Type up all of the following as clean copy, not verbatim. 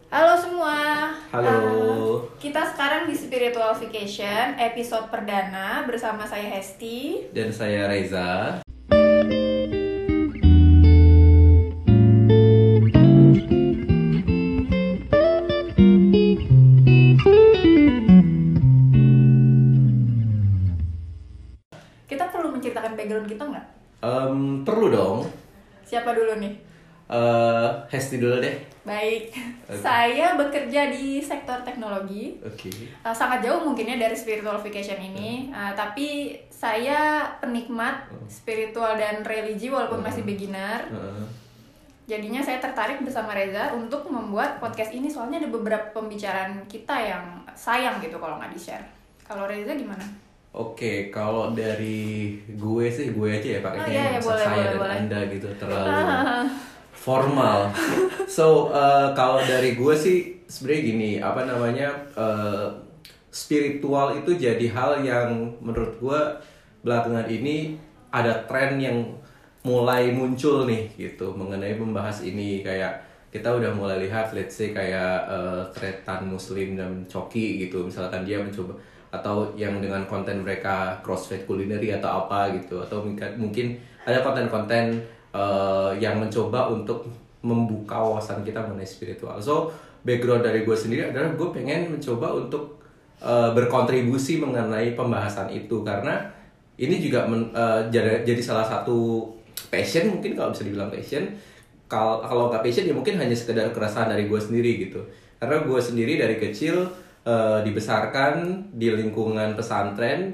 Halo semua. Halo. Kita sekarang di Spiritual Vacation episode perdana bersama saya Hesti Dan saya Reza. Kita perlu menceritakan background kita nggak? Perlu dong. Siapa dulu nih? Hesti dulu deh. Baik, Oke. Saya bekerja di sektor teknologi. Oke. Sangat jauh mungkinnya dari Spiritual Vacation ini, tapi saya penikmat spiritual dan religi walaupun masih beginner. Jadinya saya tertarik bersama Reza untuk membuat podcast ini, soalnya ada beberapa pembicaraan kita yang sayang gitu kalau nggak di-share. Kalau Reza gimana? Oke, kalau dari gue sih gue aja ya pakainya iya, nggak usah saya dan boleh. Anda gitu terlalu formal. So kalau dari gue sih sebenarnya gini, spiritual itu jadi hal yang menurut gue belakangan ini ada tren yang mulai muncul nih gitu mengenai membahas ini. Kayak kita udah mulai lihat, let's say kayak Tretan Muslim dan Coki gitu, misalkan dia mencoba, atau yang dengan konten mereka crossfit culinary atau apa gitu, atau mungkin ada konten-konten yang mencoba untuk membuka wawasan kita mengenai spiritual. So background dari gue sendiri adalah gue pengen mencoba untuk berkontribusi mengenai pembahasan itu, karena ini juga jadi salah satu passion, mungkin kalau bisa dibilang passion. Kalau nggak passion ya mungkin hanya sekedar keresahan dari gue sendiri gitu, karena gue sendiri dari kecil dibesarkan di lingkungan pesantren.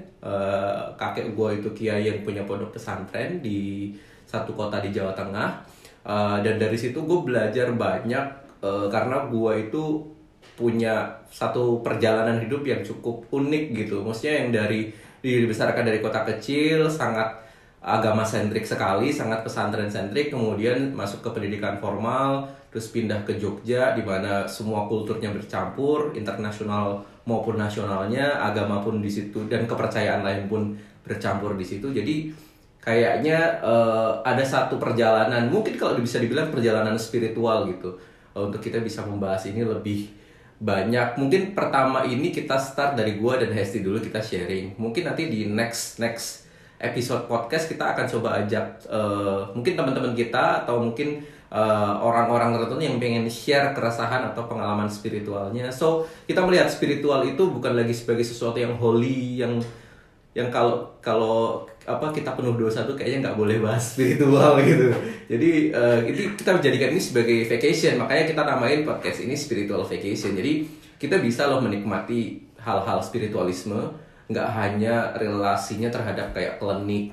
Kakek gue itu kiai yang punya pondok pesantren di satu kota di Jawa Tengah. Dan dari situ gue belajar banyak, karena gue itu punya satu perjalanan hidup yang cukup unik gitu. Maksudnya yang dibesarkan dari kota kecil, sangat agama sentrik sekali, sangat pesantren sentrik, kemudian masuk ke pendidikan formal, terus pindah ke Jogja di mana semua kulturnya bercampur, internasional maupun nasionalnya, agama pun di situ dan kepercayaan lain pun bercampur di situ. Jadi kayaknya ada satu perjalanan, mungkin kalau bisa dibilang perjalanan spiritual gitu, untuk kita bisa membahas ini lebih banyak. Mungkin pertama ini kita start dari gua dan Hesti dulu, kita sharing. Mungkin nanti di next episode podcast kita akan coba ajak mungkin teman-teman kita atau mungkin orang-orang tertentu yang pengen share keresahan atau pengalaman spiritualnya. So kita melihat spiritual itu bukan lagi sebagai sesuatu yang holy, yang kalau kita penuh dosa tuh kayaknya nggak boleh bahas spiritual gitu. Jadi itu kita menjadikan ini sebagai vacation, makanya kita namain podcast ini spiritual vacation. Jadi kita bisa loh menikmati hal-hal spiritualisme, nggak hanya relasinya terhadap kayak klinik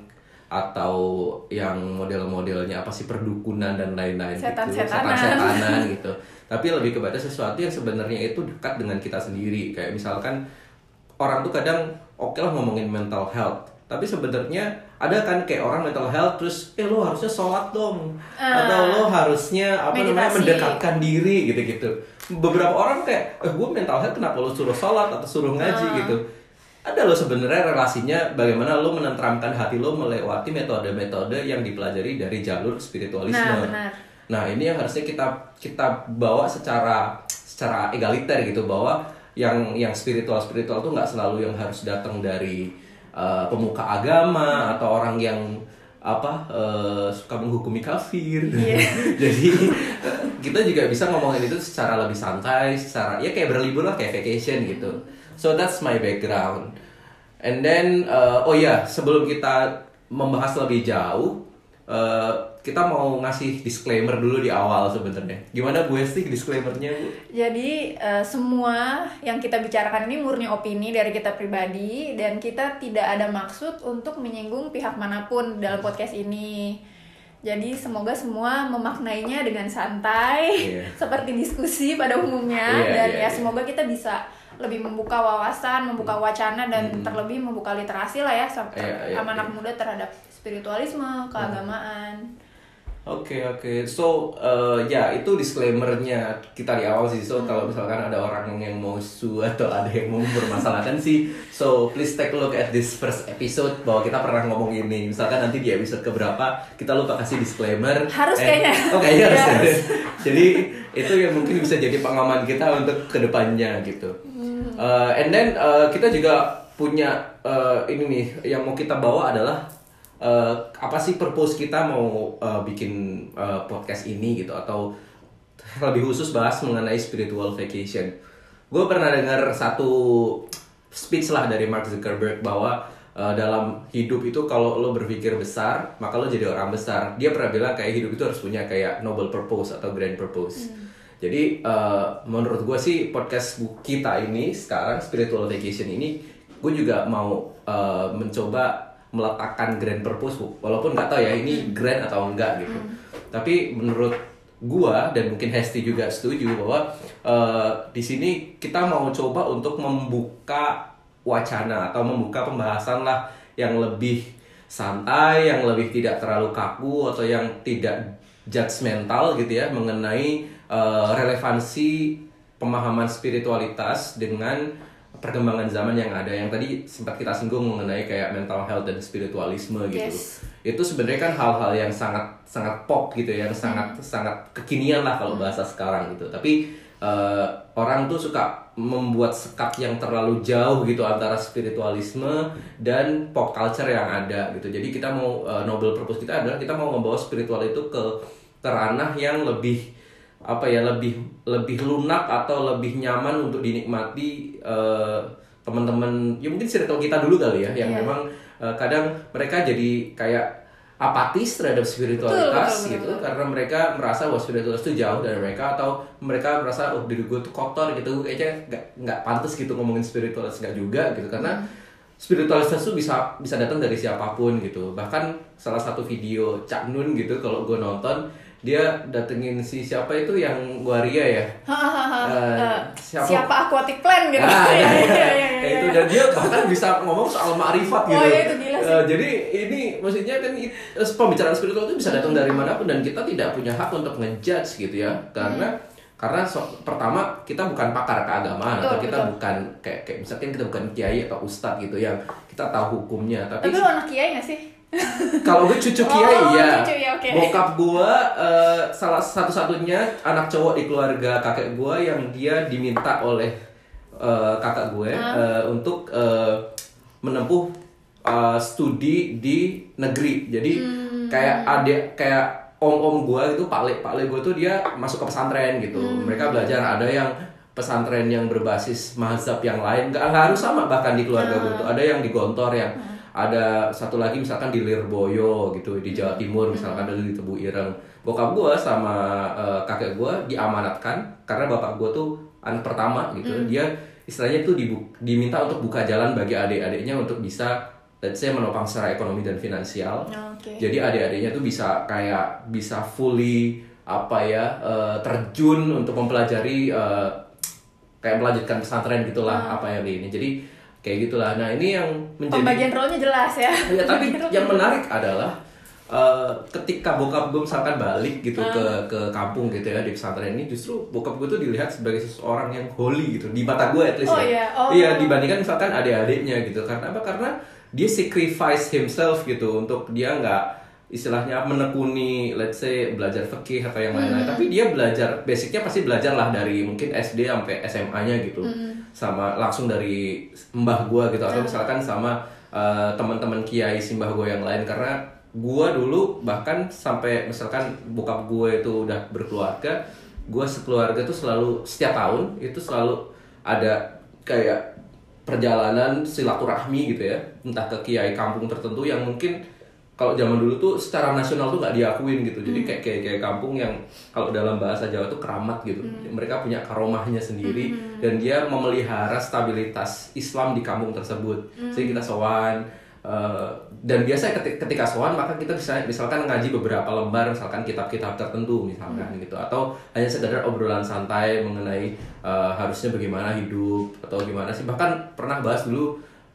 atau yang model-modelnya apa sih, perdukunan dan lain-lain gitu, setan-setanan gitu, tapi lebih kepada sesuatu yang sebenarnya itu dekat dengan kita sendiri. Kayak misalkan orang tuh kadang oke lah ngomongin mental health, tapi sebenarnya ada kan kayak orang mental health terus lo harusnya sholat dong, atau lo harusnya mendekatkan diri gitu-gitu. Beberapa orang kayak gue mental health kenapa lo suruh sholat atau suruh ngaji gitu. Ada lo sebenarnya relasinya bagaimana lo menenteramkan hati lo melewati metode-metode yang dipelajari dari jalur spiritualisme. Nah ini yang harusnya kita bawa secara egaliter gitu, bahwa yang spiritual tuh nggak selalu yang harus datang dari pemuka agama atau orang yang suka menghukumi kafir. Jadi kita juga bisa ngomongin itu secara lebih santai, secara ya kayak berlibur lah, kayak vacation gitu. So that's my background. And then sebelum kita membahas lebih jauh, kita mau ngasih disclaimer dulu di awal sebenarnya. Gimana Bu Hesti disclaimernya, Bu? Jadi semua yang kita bicarakan ini murni opini dari kita pribadi, dan kita tidak ada maksud untuk menyinggung pihak manapun dalam podcast ini. Jadi semoga semua memaknainya dengan santai, seperti diskusi pada umumnya, dan semoga kita bisa lebih membuka wawasan, membuka wacana, dan terlebih membuka literasi lah ya sama anak muda terhadap spiritualisme, keagamaan. Oke. So ya itu disclaimernya kita di awal sih. So kalau misalkan ada orang yang mau sue atau ada yang mau bermasalahkan sih, so please take a look at this first episode bahwa kita pernah ngomong ini. Misalkan nanti di episode keberapa kita lupa kasih disclaimer. Harus kayaknya. Kayaknya harus. Yes. Jadi itu yang mungkin bisa jadi pengaman kita untuk kedepannya gitu. And then kita juga punya ini nih yang mau kita bawa adalah apa sih purpose kita mau bikin podcast ini gitu, atau lebih khusus bahas mengenai spiritual vacation. Gue pernah dengar satu speech lah dari Mark Zuckerberg bahwa dalam hidup itu kalau lo berpikir besar maka lo jadi orang besar. Dia pernah bilang kayak hidup itu harus punya kayak noble purpose atau grand purpose. Jadi menurut gue sih podcast kita ini sekarang spiritual vacation ini gue juga mau mencoba meletakkan grand purpose, walaupun nggak tahu ya ini grand atau enggak gitu. Tapi menurut gua dan mungkin Hesti juga setuju bahwa di sini kita mau coba untuk membuka wacana atau membuka pembahasan lah yang lebih santai, yang lebih tidak terlalu kaku atau yang tidak judgmental gitu ya, mengenai relevansi pemahaman spiritualitas dengan perkembangan zaman yang ada, yang tadi sempat kita singgung mengenai kayak mental health dan spiritualisme gitu. Yes. Itu sebenarnya kan hal-hal yang sangat pop gitu ya, yang sangat kekinian lah kalau bahasa sekarang gitu. Tapi orang tuh suka membuat sekat yang terlalu jauh gitu antara spiritualisme dan pop culture yang ada gitu. Jadi kita mau noble purpose kita adalah kita mau membawa spiritual itu ke ranah yang lebih lebih lunak atau lebih nyaman untuk dinikmati teman-teman ya mungkin circle kita dulu kali ya, yang memang kadang mereka jadi kayak apatis terhadap spiritualitas betul. Karena mereka merasa bahwa spiritualitas itu jauh dari mereka, atau mereka merasa diri gue tuh kotor gitu, kayaknya nggak pantas gitu ngomongin spiritualitas, nggak juga gitu, karena spiritualitas itu bisa datang dari siapapun gitu. Bahkan salah satu video Cak Nun gitu kalau gue nonton, dia datengin si siapa itu yang waria ya, siapa Aquatic Plan gitu. Itu dan dia bahkan bisa ngomong soal makrifat gitu. Itu gila sih. Jadi ini maksudnya kan pembicaraan spiritual itu bisa datang dari manapun dan kita tidak punya hak untuk ngejudge gitu ya, karena pertama kita bukan pakar keagamaan, atau kita bukan kayak misalkan kita bukan kiai atau ustadz gitu yang kita tahu hukumnya. Tapi lu anak kiai nggak sih? Kalau gue cucu kiai ya. Cucu, ya okay. Bokap gue salah satu-satunya anak cowok di keluarga kakek gue yang dia diminta oleh kakak gue untuk menempuh studi di negeri. Jadi kayak om gue itu pak le gue tuh dia masuk ke pesantren gitu. Mereka belajar, ada yang pesantren yang berbasis mazhab yang lain, nggak harus sama bahkan di keluarga gue tuh. Ada yang di Gontor, yang ada satu lagi misalkan di Lirboyo gitu di Jawa Timur, misalkan ada di Tebu Ireng. Bokap gue sama kakek gue diamanatkan karena bapak gue tuh anak pertama gitu. Dia istilahnya tuh diminta untuk buka jalan bagi adik-adiknya untuk bisa, let's say, menopang secara ekonomi dan finansial. Jadi adik-adiknya tuh bisa fully terjun untuk mempelajari kayak melanjutkan pesantren gitulah apa yang ini. Jadi kayak gitulah. Nah ini yang menjadi pembagian role-nya jelas ya. Ya tapi yang menarik adalah ketika bokap gue misalkan balik gitu ke kampung gitu ya di pesantren ini, justru bokap gue tuh dilihat sebagai seseorang yang holy gitu di mata gue at least Iya, dibandingkan misalkan adik-adiknya gitu. Karena apa? Karena dia sacrifice himself gitu untuk dia nggak istilahnya menekuni, let's say, belajar fikih atau yang lain-lain, tapi dia belajar basicnya pasti belajar lah dari mungkin SD sampai SMA-nya gitu, sama langsung dari mbah gue gitu, atau misalkan sama teman-teman kiai simbah gue yang lain. Karena gue dulu bahkan sampai misalkan bokap gue itu udah berkeluarga, gue sekeluarga tuh selalu setiap tahun itu selalu ada kayak perjalanan silaturahmi gitu ya, entah ke kiai kampung tertentu yang mungkin kalau zaman dulu tuh secara nasional tuh nggak diakuin gitu. Jadi kayak kampung yang kalau dalam bahasa Jawa tuh keramat gitu. Mereka punya karomahnya sendiri dan dia memelihara stabilitas Islam di kampung tersebut. Jadi kita sowan, dan biasa ketika sowan maka kita bisa misalkan ngaji beberapa lembar misalkan kitab-kitab tertentu misalkan gitu, atau hanya sekedar obrolan santai mengenai harusnya bagaimana hidup atau gimana sih. Bahkan pernah bahas dulu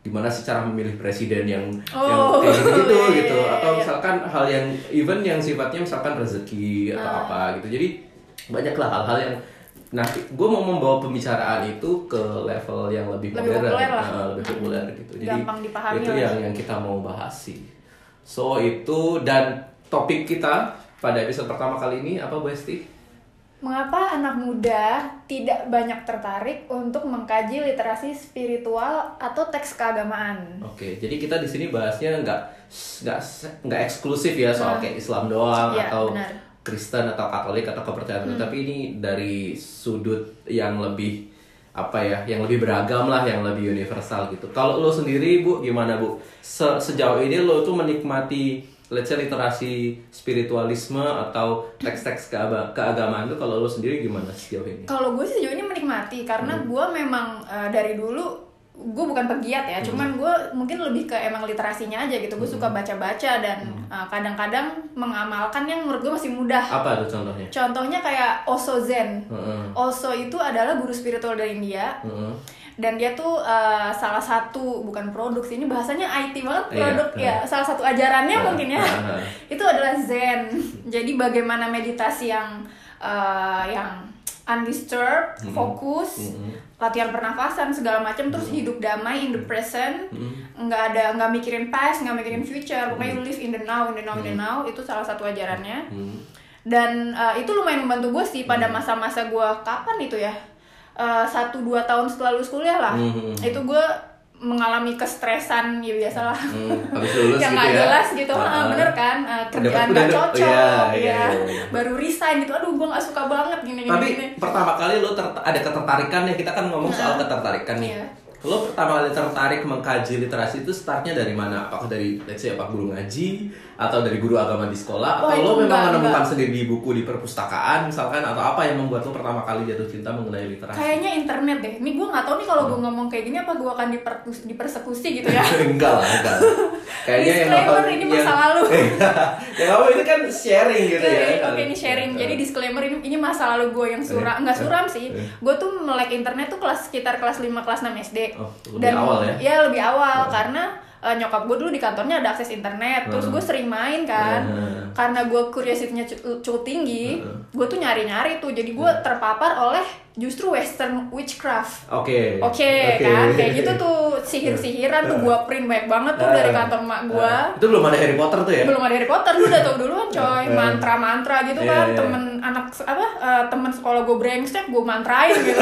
gimana sih cara memilih presiden yang Oh, kayak gitu iya, gitu, iya, atau iya. misalkan hal yang even yang sifatnya misalkan rezeki atau apa gitu. Jadi banyaklah hal-hal yang nanti gue mau membawa pembicaraan itu ke level yang lebih Lebih modern, populer lah. lebih populer gitu. Jadi Gampang dipahami itu lah. yang kita mau bahas sih. So itu, dan topik kita pada episode pertama kali ini apa Bu Esti? Mengapa anak muda tidak banyak tertarik untuk mengkaji literasi spiritual atau teks keagamaan? Oke, jadi kita di sini bahasnya nggak eksklusif ya soal kayak Islam doang Iya, atau benar. Kristen atau Katolik atau kepercayaan, tapi ini dari sudut yang lebih apa ya, yang lebih beragam lah, yang lebih universal gitu. Kalau lo sendiri Bu, gimana Bu? Sejauh ini lo tuh menikmati let's say literasi spiritualisme atau teks-teks keagamaan tuh, kalau lo sendiri gimana sejauh ini? Kalau gue sih sejauh ini menikmati karena gue memang dari dulu gue bukan pegiat ya, cuman gue mungkin lebih ke emang literasinya aja gitu. Gue suka baca-baca dan kadang-kadang mengamalkan yang menurut gue masih mudah. Apa tuh contohnya? Contohnya kayak Osho Zen. Heeh. Osho itu adalah guru spiritual dari India. Heeh. Dan dia tuh salah satu, bukan produk sih, ini bahasanya IT banget, Iya, produk ya, salah satu ajarannya mungkin ya. Heeh. Itu adalah Zen. Jadi bagaimana meditasi yang undisturbed, fokus, latihan pernafasan segala macam, terus hidup damai in the present, nggak mikirin past, nggak mikirin future, pokoknya you live in the now, in the now, in the now. Itu salah satu ajarannya. Dan itu lumayan membantu gue sih pada masa-masa gue kapan itu ya, 1-2 tahun setelah lulus kuliah lah. Itu gue mengalami kestresan ya biasalah, Habis lulus yang gitu nggak ya? jelas gitu. Bener kan, kerjaan Udah, nggak cocok, iya. baru resign gitu, aduh gue nggak suka banget gini. Tapi pertama kali lo ada ketertarikan ya, kita kan ngomong soal ketertarikan nih. Iya. Lo pertama kali tertarik mengkaji literasi itu startnya dari mana? Apakah dari let's say apa guru ngaji atau dari guru agama di sekolah, Oh, atau lo itu memang enggak. menemukan sendiri di buku di perpustakaan misalkan, atau apa yang membuat lo pertama kali jatuh cinta mengenai literasi? Kayaknya internet deh. Ini gue nggak tahu nih kalau gue ngomong kayak gini apa gue akan dipersekusi gitu ya. enggak lah. Kayaknya yang Disclaimer, nonton ini masa lalu. yang apa ini kan sharing gitu ya. Oke, ini sharing. Jadi disclaimer, ini masa lalu gue yang suram. Nggak suram sih. Gue tuh melek internet tuh sekitar kelas 5, kelas 6 SD. Oh, lebih awal ya? Iya, lebih awal. Karena nyokap gue dulu di kantornya ada akses internet. Terus gue sering main kan. Karena gue curiosity-nya cukup tinggi, gue tuh nyari-nyari tuh. Jadi gue terpapar oleh justru western witchcraft. Oke. Kan, kayak gitu tuh, sihir-sihiran tuh gue print banyak banget tuh dari kantor mak gue. Itu belum ada Harry Potter tuh ya? Belum ada Harry Potter, lu udah tau duluan coy, mantra-mantra gitu kan. Iya. Temen sekolah gue brengsek, gue mantrain gitu.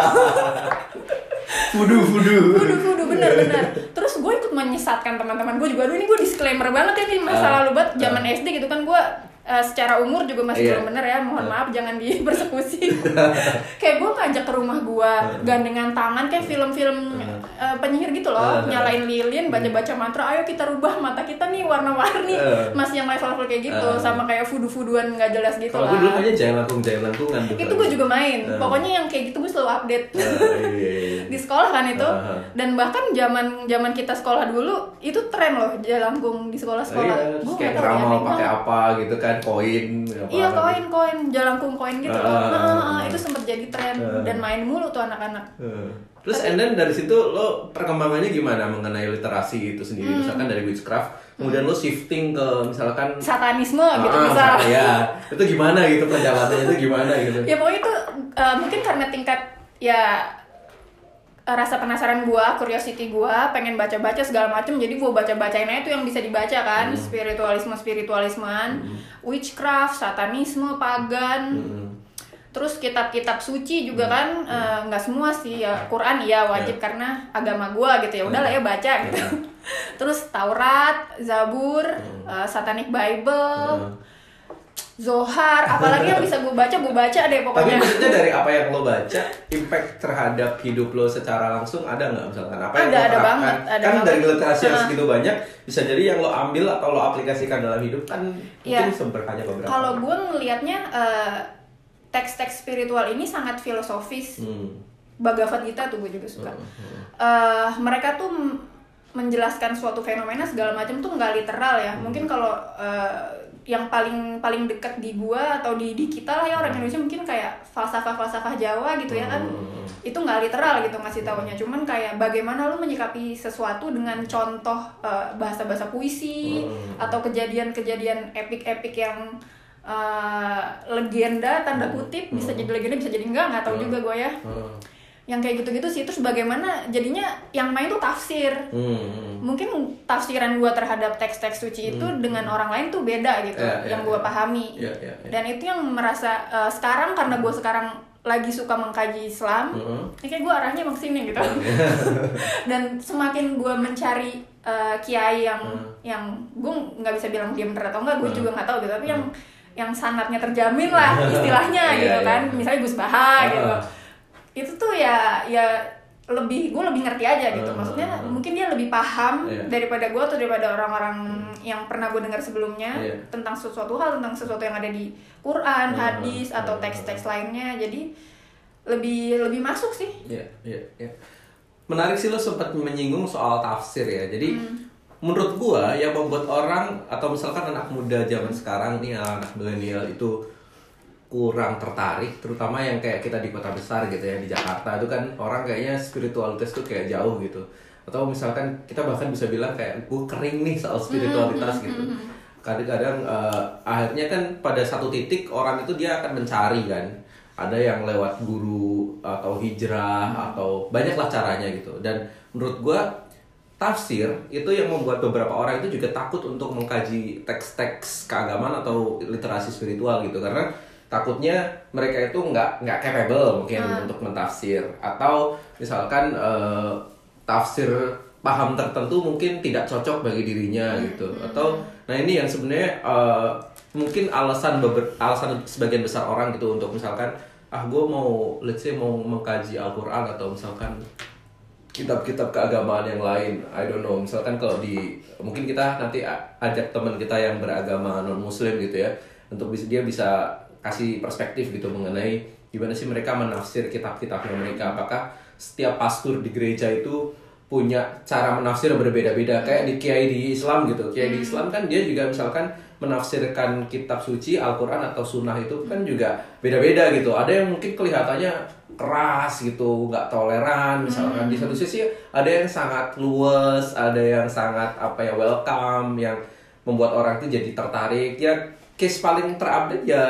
Fudu. Fudu, bener. Terus gue ikut menyesatkan teman-teman gue juga. Aduh, ini gue disclaimer banget ya nih, masa lalu banget, zaman SD gitu kan. Gue secara umur juga masih belum bener ya, mohon maaf, jangan dipersekusi. Kayak gue ngajak ke rumah gue, gandengan tangan kayak film-film penyihir gitu loh, nyalain lilin, baca-baca mantra, ayo kita rubah mata kita nih warna-warni. Masih yang level-level kayak gitu, sama kayak fudu-fuduan nggak jelas gitu Kalau lah. gue dulu mainnya jangan langkungan tuh. Itu gue juga main, pokoknya yang kayak gitu gue selalu update. Iya. Di sekolah kan itu. Dan bahkan zaman kita sekolah dulu itu tren loh jalangkung di sekolah-sekolah. Iya, Gue kayak nggak tahu ya, ramal memang. pakai apa gitu kan, koin. Iya, koin jalangkung koin gitu loh. Itu sempat jadi tren dan main mulu tuh anak-anak. Terus and then dari situ lo perkembangannya gimana mengenai literasi itu sendiri? Misalkan dari witchcraft, kemudian lo shifting ke misalkan Satanisme gitu bisa. Ya, itu gimana gitu perjalanannya, itu gimana gitu? Ya pokoknya itu mungkin karena tingkat ya rasa penasaran gua, curiosity gua, pengen baca-baca segala macem, jadi gua baca-bacain aja tuh yang bisa dibaca kan, spiritualismean, witchcraft, satanisme, pagan, terus kitab-kitab suci juga kan, nggak semua sih ya, Quran iya wajib karena agama gua gitu ya, udahlah ya baca gitu. Terus Taurat, Zabur, Satanic Bible, Zohar, apalagi yang bisa gue baca deh Tapi pokoknya. maksudnya dari apa yang lo baca, impact terhadap hidup lo secara langsung ada nggak misalkan? Apa yang lo Ada terapkan? banget, ada Kan banget. dari literasi yang segitu banyak, bisa jadi yang lo ambil atau lo aplikasikan dalam hidup kan mungkin seberkanya beberapa. Kalau gue ngelihatnya teks-teks spiritual ini sangat filosofis. Bhagavad Gita tuh gue juga suka. Mereka tuh menjelaskan suatu fenomena segala macam tuh nggak literal ya. Mungkin kalau yang paling dekat di gua atau di kita lah ya orang Indonesia mungkin kayak falsafah Jawa gitu ya kan. Itu nggak literal gitu ngasih taunya, cuman kayak bagaimana lu menyikapi sesuatu dengan contoh bahasa-bahasa puisi atau kejadian-kejadian epik-epik yang legenda tanda kutip, bisa jadi legenda bisa jadi nggak tahu juga gua ya. Yang kayak gitu-gitu sih. Terus bagaimana jadinya yang main tuh tafsir. Mungkin tafsiran gue terhadap teks-teks suci itu dengan orang lain tuh beda gitu, yang gue pahami. Dan itu yang merasa sekarang karena gue sekarang lagi suka mengkaji Islam, kayak gue arahnya emang sini gitu. Dan semakin gue mencari kiai yang gue nggak bisa bilang dia bener atau enggak, gue juga nggak tahu gitu, tapi yang sanadnya terjamin lah istilahnya gitu kan. Misalnya Gus Baha gitu. Itu tuh ya gue lebih ngerti aja gitu. Maksudnya mungkin dia lebih paham daripada gue atau daripada orang-orang yang pernah gue dengar sebelumnya tentang sesuatu hal, tentang sesuatu yang ada di Quran, hadis atau teks-teks lainnya. Jadi lebih masuk sih. Iya. Menarik sih lo sempat menyinggung soal tafsir ya. Jadi menurut gue yang membuat orang atau misalkan anak muda zaman sekarang nih, anak milenial itu kurang tertarik, terutama yang kayak kita di kota besar gitu ya, di Jakarta itu kan orang kayaknya spiritualitas tuh kayak jauh gitu. Atau misalkan kita bahkan bisa bilang kayak gue kering nih soal spiritualitas gitu. Kadang-kadang akhirnya kan pada satu titik orang itu dia akan mencari kan. Ada yang lewat guru atau hijrah atau banyaklah caranya gitu. Dan menurut gue tafsir itu yang membuat beberapa orang itu juga takut untuk mengkaji teks-teks keagamaan atau literasi spiritual gitu, karena takutnya mereka itu nggak capable mungkin untuk mentafsir, atau misalkan tafsir paham tertentu mungkin tidak cocok bagi dirinya gitu. Atau nah ini yang sebenarnya mungkin alasan sebagian besar orang gitu untuk misalkan gue mau let's say mau mengkaji Al-Quran atau misalkan kitab-kitab keagamaan yang lain, I don't know, misalkan kalau mungkin kita nanti ajak teman kita yang beragama non muslim gitu ya, untuk dia bisa kasih perspektif gitu mengenai gimana sih mereka menafsir kitab-kitabnya mereka. Apakah setiap pastor di gereja itu punya cara menafsir berbeda-beda, kayak di kiai di Islam gitu. Kiai di Islam kan dia juga misalkan menafsirkan kitab suci Al-Quran atau Sunnah itu kan juga beda-beda gitu. Ada yang mungkin kelihatannya keras gitu, nggak toleran misalkan. Di satu sisi ada yang sangat luwes, ada yang sangat welcome, yang membuat orang itu jadi tertarik. Ya case paling terupdate ya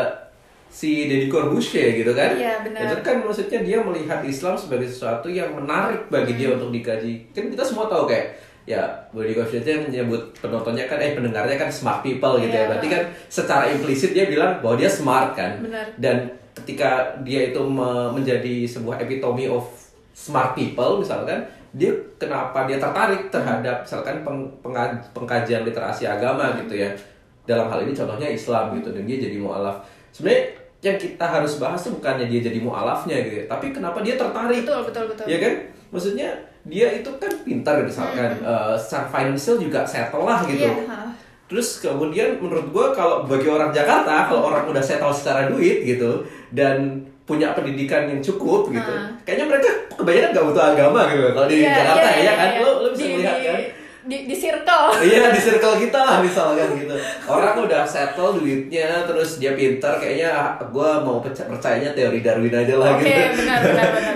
si Deddy Corbuzier gitu kan. Iya, benar. Itu kan maksudnya dia melihat Islam sebagai sesuatu yang menarik bagi dia untuk dikaji. Kan kita semua tahu kayak ya Deddy Corbuzier menyebut penontonnya kan pendengarnya kan smart people gitu ya. Berarti kan secara implisit dia bilang bahwa dia smart kan. Benar. Dan ketika dia itu menjadi sebuah epitome of smart people misalkan, dia kenapa dia tertarik terhadap misalkan pengkajian literasi agama gitu ya. Dalam hal ini contohnya Islam gitu, dan dia jadi mu'alaf. Sebenarnya yang kita harus bahas tuh bukannya dia jadi mu'alafnya gitu ya, tapi kenapa dia tertarik. Betul. Ya kan? Maksudnya dia itu kan pintar misalkan, secara financial juga settle lah gitu. Terus kemudian menurut gue kalau bagi orang Jakarta, kalau orang udah settle secara duit gitu dan punya pendidikan yang cukup gitu, kayaknya mereka kebanyakan gak butuh agama gitu kalau di Jakarta ya kan. Lo bisa melihat kan di circle. Iya, di circle kita lah misalkan gitu. Orang udah settle duitnya, terus dia pintar, kayaknya gue mau percayanya teori Darwin aja lah gitu. Oke, benar.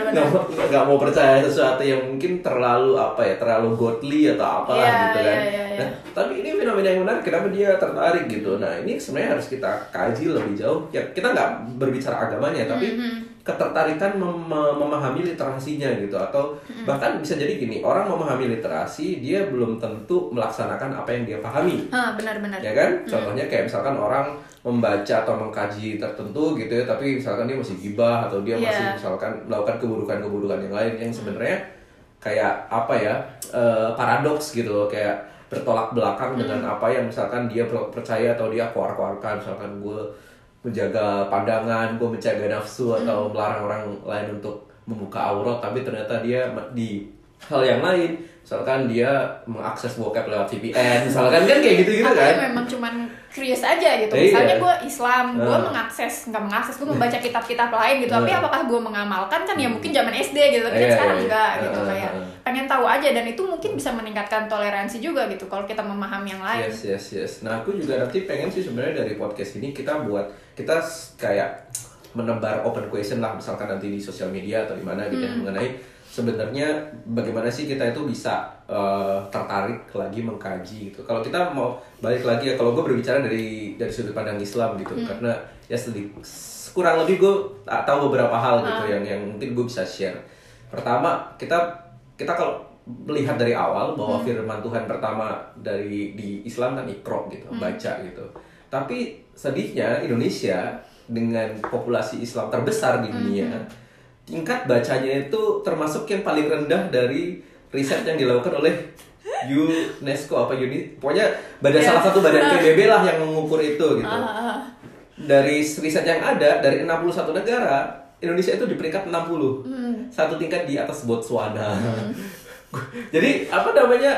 Nggak mau percaya sesuatu yang mungkin terlalu terlalu godly atau apalah gitu kan. Nah, tapi ini fenomena yang menarik, kenapa dia tertarik gitu. Nah, ini sebenarnya harus kita kaji lebih jauh. Ya, kita nggak berbicara agamanya, tapi ketertarikan memahami literasinya gitu. Atau bahkan bisa jadi gini, orang memahami literasi, dia belum tentu melaksanakan apa yang dia pahami. Benar. Ya kan? Contohnya kayak misalkan orang membaca atau mengkaji tertentu gitu ya, tapi misalkan dia masih gibah atau dia masih misalkan melakukan keburukan-keburukan yang lain yang sebenarnya kayak paradoks gitu, kayak bertolak belakang dengan apa yang misalkan dia percaya atau dia koar-koarkan. Misalkan gue menjaga pandangan, gue menjaga nafsu atau melarang orang lain untuk membuka aurat, tapi ternyata dia di hal yang lain, misalkan dia mengakses bokep lewat VPN, misalkan kan kayak gitu-gitu kan. Atau memang cuman curious aja gitu. Misalnya gue Islam, gue nggak mengakses, gue membaca kitab-kitab lain gitu. Tapi apakah gue mengamalkan kan ya mungkin zaman SD gitu, tapi kan sekarang enggak gitu. Kayak pengen pengen tahu aja, dan itu mungkin bisa meningkatkan toleransi juga gitu kalau kita memahami yang lain. Yes. Nah aku juga nanti pengen sih sebenarnya dari podcast ini kita kayak menebar open question lah, misalkan nanti di sosial media atau di mana gitu mengenai sebenarnya bagaimana sih kita itu bisa tertarik lagi mengkaji gitu. Kalau kita mau balik lagi ya, kalau gue berbicara dari sudut pandang Islam gitu, karena ya kurang lebih gue tahu beberapa hal gitu yang mungkin gue bisa share. Pertama, kita kalau melihat dari awal bahwa firman Tuhan pertama di Islam kan Iqra gitu, baca gitu. Tapi sedihnya Indonesia dengan populasi Islam terbesar di dunia, tingkat bacanya itu termasuk yang paling rendah dari riset yang dilakukan oleh UNESCO pokoknya salah satu badan PBB lah yang mengukur itu gitu. Dari riset yang ada dari 61 negara, Indonesia itu di peringkat 60. Satu tingkat di atas Botswana. Jadi apa namanya?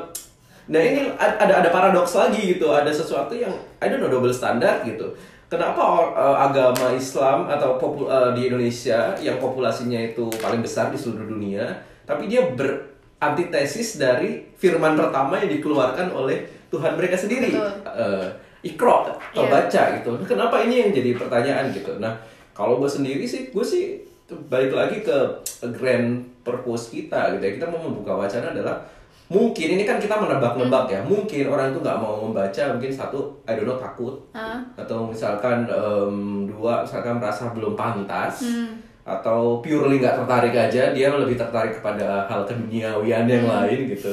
Nah ini ada paradoks lagi gitu, ada sesuatu yang double standar gitu. Kenapa agama Islam atau di Indonesia yang populasinya itu paling besar di seluruh dunia, tapi dia berantitesis dari firman pertama yang dikeluarkan oleh Tuhan mereka sendiri, Iqra atau baca gitu. Nah, kenapa ini yang jadi pertanyaan gitu? Nah kalau gue sih balik lagi ke grand purpose kita gitu ya. Kita mau membuka wacana adalah mungkin ini kan kita menebak-nebak ya. Mungkin orang itu nggak mau membaca, mungkin satu, takut, atau misalkan dua, misalkan merasa belum pantas, atau purely nggak tertarik aja, dia lebih tertarik kepada hal keduniawian yang lain gitu.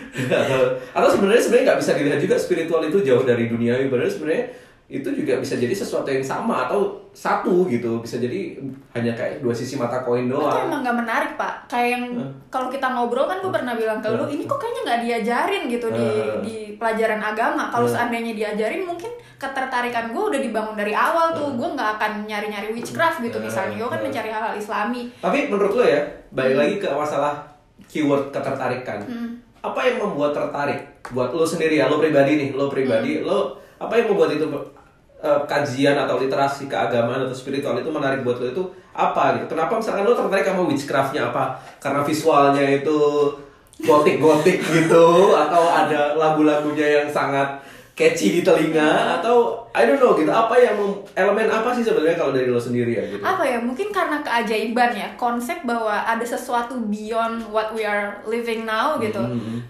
atau sebenarnya nggak bisa dilihat juga spiritual itu jauh dari duniawi. Padahal sebenarnya itu juga bisa jadi sesuatu yang sama atau satu gitu, bisa jadi hanya kayak dua sisi mata koin doang. Itu emang gak menarik Pak, kayak yang kalau kita ngobrol kan gue pernah bilang ke lu, ini kok kayaknya nggak diajarin gitu di pelajaran agama. Kalau seandainya diajarin mungkin ketertarikan gue udah dibangun dari awal tuh, gue nggak akan nyari-nyari witchcraft gitu misalnya, gue kan mencari hal-hal Islami. Tapi menurut lo ya, balik lagi ke masalah keyword ketertarikan, apa yang membuat tertarik buat lo sendiri ya, lo pribadi lo apa yang membuat itu kajian atau literasi keagamaan atau spiritual itu menarik buat lo, itu apa gitu? Kenapa misalkan lo tertarik sama witchcraftnya? Apa karena visualnya itu gotik gitu, atau ada lagu-lagunya yang sangat catchy di telinga, atau I don't know gitu, apa yang elemen apa sih sebenarnya kalau dari lo sendiri ya gitu? Apa ya, mungkin karena keajaiban ya, konsep bahwa ada sesuatu beyond what we are living now gitu,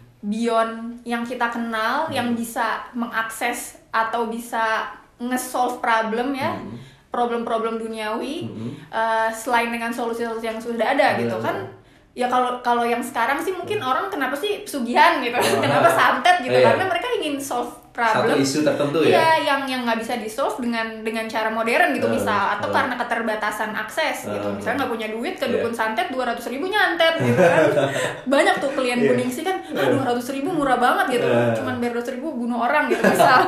beyond yang kita kenal, yang bisa mengakses atau bisa nge-solve problem ya, problem-problem duniawi, selain dengan solusi-solusi yang sudah ada gitu kan. Ya kalau yang sekarang sih mungkin orang kenapa sih pesugihan gitu, kenapa santet gitu, karena mereka ingin solve problem, satu isu tertentu ya, yang nggak bisa di-solve dengan cara modern gitu misal, atau karena keterbatasan akses gitu, misalnya nggak punya duit ke dukun santet 200.000 nyantet gitu kan. Banyak tuh klien Buningsi kan, 200.000 murah banget gitu, cuman bayar 200.000 bunuh orang gitu misal.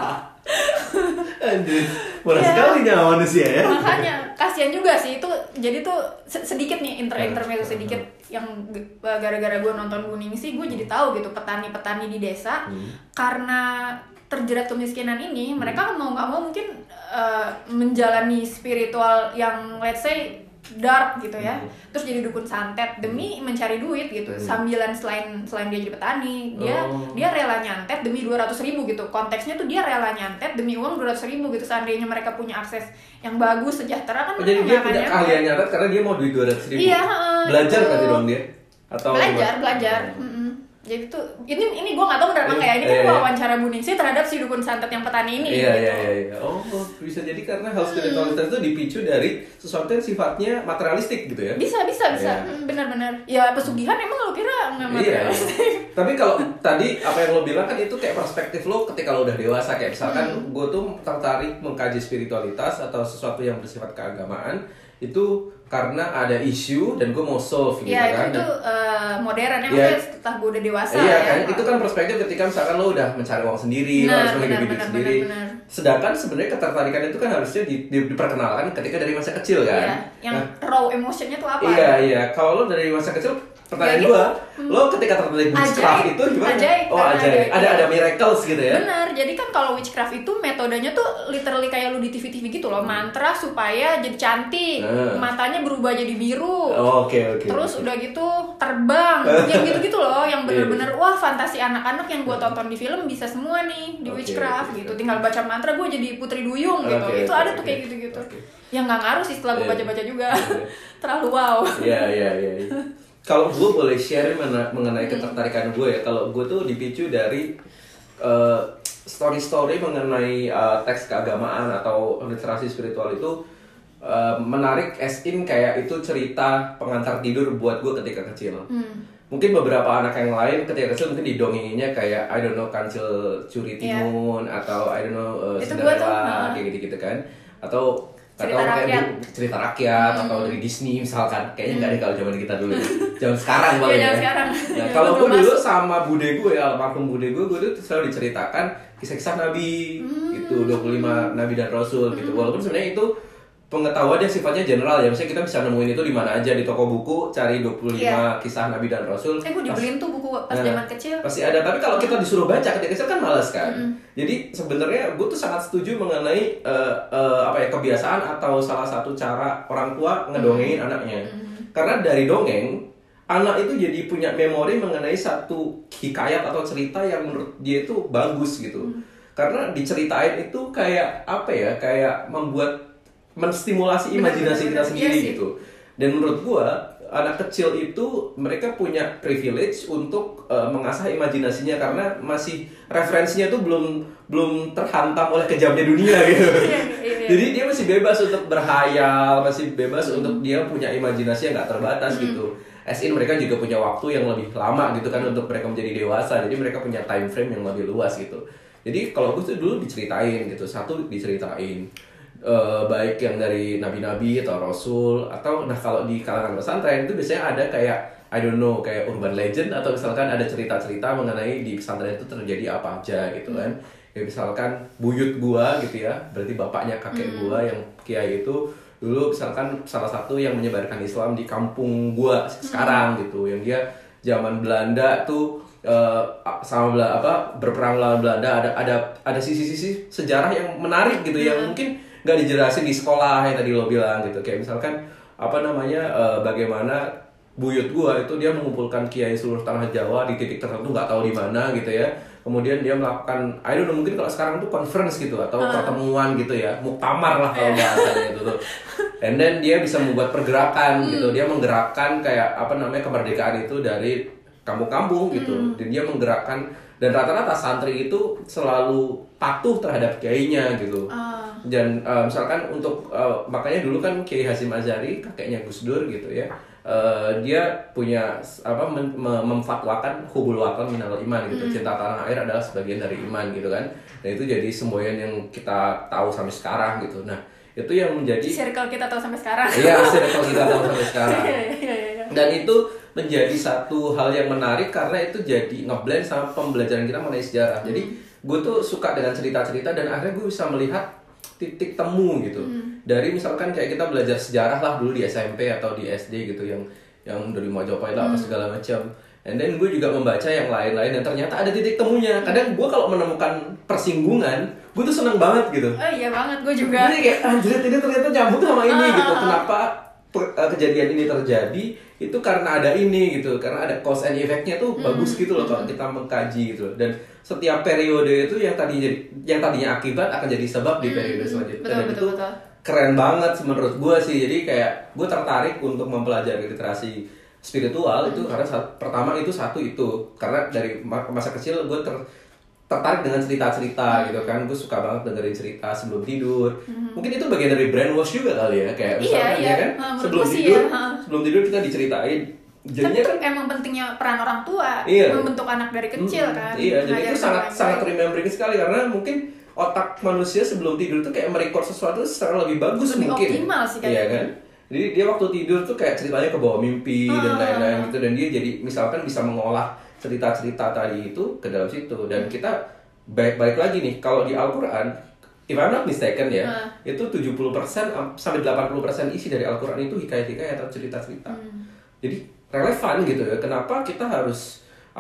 Anjir, murah sekali nyawa manusia ya. Makanya kasihan juga sih itu. Jadi tuh sedikit nih intermezzo sedikit yang gara-gara gue nonton Buningsi, gue jadi tahu gitu petani-petani di desa karena terjerat kemiskinan ini, mereka mau nggak mau mungkin menjalani spiritual yang let's say dark gitu ya, terus jadi dukun santet demi mencari duit gitu, sambilan selain dia jadi petani, dia rela nyantet demi 200.000 gitu. Konteksnya tuh dia rela nyantet demi uang 200.000 gitu. Seandainya mereka punya akses yang bagus, sejahtera kan, jadi dia punya keahlian nyantet karena dia mau duit 200.000. Iya, belajar berarti dong dia, atau belajar. Jadi tuh ini gue nggak tahu benar nggak ya, ini kan wawancara Buningsi terhadap si dukun santet yang petani ini. Iya. Oh, bisa jadi karena hal spiritualitas itu dipicu dari sesuatu yang sifatnya materialistik gitu ya? Bisa. Benar-benar. Ya pesugihan emang lo kira nggak materialistik? Tapi kalau tadi apa yang lo bilang kan itu kayak perspektif lo ketika lo udah dewasa, kayak misalkan gue tuh tertarik mengkaji spiritualitas atau sesuatu yang bersifat keagamaan itu karena ada isu dan gue mau solve gitu kan. Itu modern ya, setelah gue udah dewasa. Iya kan, itu kan perspektif ketika misalkan lo udah mencari uang sendiri, lo harus hidup sendiri. Sedangkan sebenarnya ketertarikan itu kan harusnya diperkenalkan ketika dari masa kecil kan. Iya, yang raw emotionnya tuh apa? Iya. Kalau lo dari masa kecil pertanyaan Ya gue, gitu. lo ketika tertarik witchcraft itu gimana? Ajaib, Oh karena ajaib, ada miracles gitu ya? Bener, jadi kan kalau witchcraft itu metodenya tuh literally kayak lu di TV-TV gitu loh, mantra supaya jadi cantik, matanya berubah jadi biru, Oke. terus udah gitu terbang, yang gitu-gitu loh, yang bener-bener wah fantasi anak-anak yang gue tonton di film bisa semua nih di witchcraft gitu, tinggal baca mantra gue jadi putri duyung gitu, itu ada tuh kayak gitu-gitu, yang nggak ngaruh sih setelah gue baca-baca juga, terlalu wow. Iya. Kalau gue boleh share mengenai ketertarikan gue ya, kalau gue tuh dipicu dari story-story mengenai teks keagamaan atau literasi spiritual itu menarik as in kayak itu cerita pengantar tidur buat gue ketika kecil. Mungkin beberapa anak yang lain ketika kecil mungkin didongenginya kayak I don't know Kancil Curi Timun atau I don't know Cinderella kayak gitu kan, atau cerita rakyat atau dari Disney misalkan, kayaknya nggak ada kalau zaman kita dulu, zaman sekarang paling ya. Nah, kalau gue dulu sama bude gue ya, almarhum bude gue tuh selalu diceritakan kisah-kisah nabi gitu, 25 nabi dan rasul gitu, walaupun sebenarnya itu pengetahuannya sifatnya general ya, misalnya kita bisa nemuin itu di mana aja, di toko buku cari 25 kisah nabi dan rasul. Gue dibeliin tuh buku pas zaman kecil. Pasti ada, tapi kalau kita disuruh baca ketika kecil kan malas kan. Jadi sebenarnya gue tuh sangat setuju mengenai kebiasaan atau salah satu cara orang tua ngedongengin anaknya. Karena dari dongeng anak itu jadi punya memori mengenai satu hikayat atau cerita yang menurut dia itu bagus gitu. Karena diceritain itu kayak kayak menstimulasi imajinasi kita sendiri gitu. Dan menurut gua anak kecil itu mereka punya privilege untuk mengasah imajinasinya karena masih referensinya tuh belum terhantam oleh kejamnya dunia gitu. Jadi dia masih bebas untuk berhayal, masih bebas untuk dia punya imajinasi yang nggak terbatas gitu. As in mereka juga punya waktu yang lebih lama gitu kan untuk mereka menjadi dewasa. Jadi mereka punya time frame yang lebih luas gitu. Jadi kalau gue tuh dulu diceritain gitu, diceritain baik yang dari nabi-nabi atau rasul, atau kalau di kalangan pesantren itu biasanya ada kayak I don't know kayak urban legend, atau misalkan ada cerita-cerita mengenai di pesantren itu terjadi apa aja gitu kan. Ya misalkan buyut gua gitu ya, berarti bapaknya kakek gua yang kiai itu dulu misalkan salah satu yang menyebarkan Islam di kampung gua sekarang gitu, yang dia zaman Belanda tuh berperang lawan Belanda, ada sisi-sisi sejarah yang menarik gitu yang mungkin nggak dijelasin di sekolah yang tadi lo bilang gitu, kayak misalkan bagaimana buyut gua itu dia mengumpulkan kiai seluruh tanah Jawa di titik tertentu nggak tahu di mana gitu ya, kemudian dia melakukan I don't know mungkin kalau sekarang tuh conference gitu atau pertemuan gitu ya, muktamar lah kalau bahasanya itu tuh, and then dia bisa membuat pergerakan gitu, dia menggerakkan kayak kemerdekaan itu dari kampung-kampung gitu, dan dia menggerakkan, dan rata-rata santri itu selalu patuh terhadap kiainya gitu. Dan misalkan untuk makanya dulu kan Kiai Hasyim Asy'ari kakeknya Gus Dur gitu ya, dia punya memfatwakan hubul watan minal iman gitu, cinta tanah air adalah sebagian dari iman gitu kan, dan itu jadi semboyan yang kita tahu sampai sekarang gitu. Nah itu yang menjadi circle kita tahu sampai sekarang. Iya, circle kita tahu sampai sekarang. Dan itu menjadi satu hal yang menarik karena itu jadi ngeblend sama pembelajaran kita mengenai sejarah. Jadi gue tuh suka dengan cerita-cerita dan akhirnya gue bisa melihat titik temu gitu. Dari misalkan kayak kita belajar sejarah lah dulu di SMP atau di SD gitu, yang dari Majapahit lah apa segala macam. And then gue juga membaca yang lain-lain dan ternyata ada titik temunya. Kadang gue kalau menemukan persinggungan, gue tuh seneng banget gitu. Oh iya banget, gue juga. Jadi kayak anjir ini ternyata nyambung sama ini gitu. Kenapa kejadian ini terjadi? Itu karena ada ini gitu. Karena ada cause and effect-nya tuh bagus gitu loh kalau kita mengkaji gitu. Dan setiap periode itu yang tadinya akibat akan jadi sebab di periode selanjutnya. Betul. Keren banget menurut gue sih. Jadi kayak gue tertarik untuk mempelajari literasi spiritual itu karena pertama itu karena dari masa kecil gue tertarik dengan cerita-cerita gitu kan, gue suka banget dengerin cerita sebelum tidur. Mungkin itu bagian dari brainwash juga kali ya, kayak misalnya ya kan sebelum tidur kita diceritain. Jadinya kan emang pentingnya peran orang tua membentuk anak dari kecil kan. Iya, jadi itu sangat remembering sekali karena mungkin otak manusia sebelum tidur tuh kayak merecord sesuatu secara lebih bagus, lebih mungkin optimal sih iya kan. Jadi dia waktu tidur tuh kayak ceritanya ke bawah mimpi dan lain-lain gitu, dan dia jadi misalkan bisa mengolah cerita-cerita tadi itu ke dalam situ. Dan kita balik lagi nih, kalau di Al-Quran, if I'm not mistaken ya, itu 70% sampai 80% isi dari Al-Quran itu hikayat-hikayat atau cerita-cerita. Jadi relevan gitu ya. Kenapa kita harus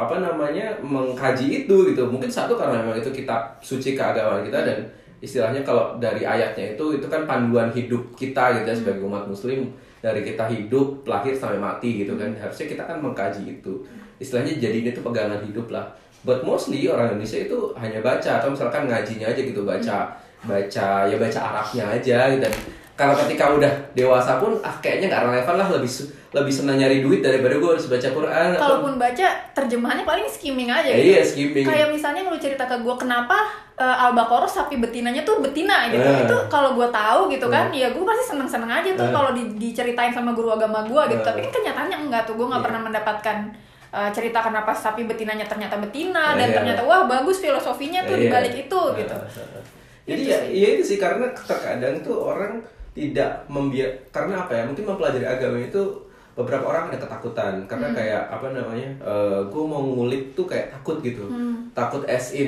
mengkaji itu gitu? Mungkin satu karena memang itu kitab suci keagamaan kita, dan istilahnya kalau dari ayatnya itu kan panduan hidup kita gitu ya sebagai umat muslim, dari kita hidup lahir sampai mati gitu kan. Harusnya kita kan mengkaji itu. Istilahnya jadi itu pegangan hidup lah. But mostly orang Indonesia itu hanya baca atau misalkan ngajinya aja gitu, baca Arabnya aja gitu. Dan kalau ketika udah dewasa pun kayaknya nggak relevan lah, lebih senang nyari duit daripada gue harus baca Quran. Kalaupun baca terjemahannya paling skimming aja gitu. Iya, skimming. Kayak misalnya lu cerita ke gue kenapa Al-Baqarah sapi betinanya tuh betina gitu. Itu kalau gue tahu gitu kan, ya gue pasti seneng-seneng aja tuh kalau diceritain sama guru agama gue gitu. Tapi kan kenyataannya enggak tuh, gue nggak pernah mendapatkan cerita kenapa sapi betinanya ternyata betina dan ternyata wah bagus filosofinya tuh dibalik itu gitu. Jadi ya itu sih, karena terkadang tuh orang tidak karena apa ya, mungkin mempelajari agama itu beberapa orang ada ketakutan karena kayak gue mau ngulik tuh kayak takut gitu. Takut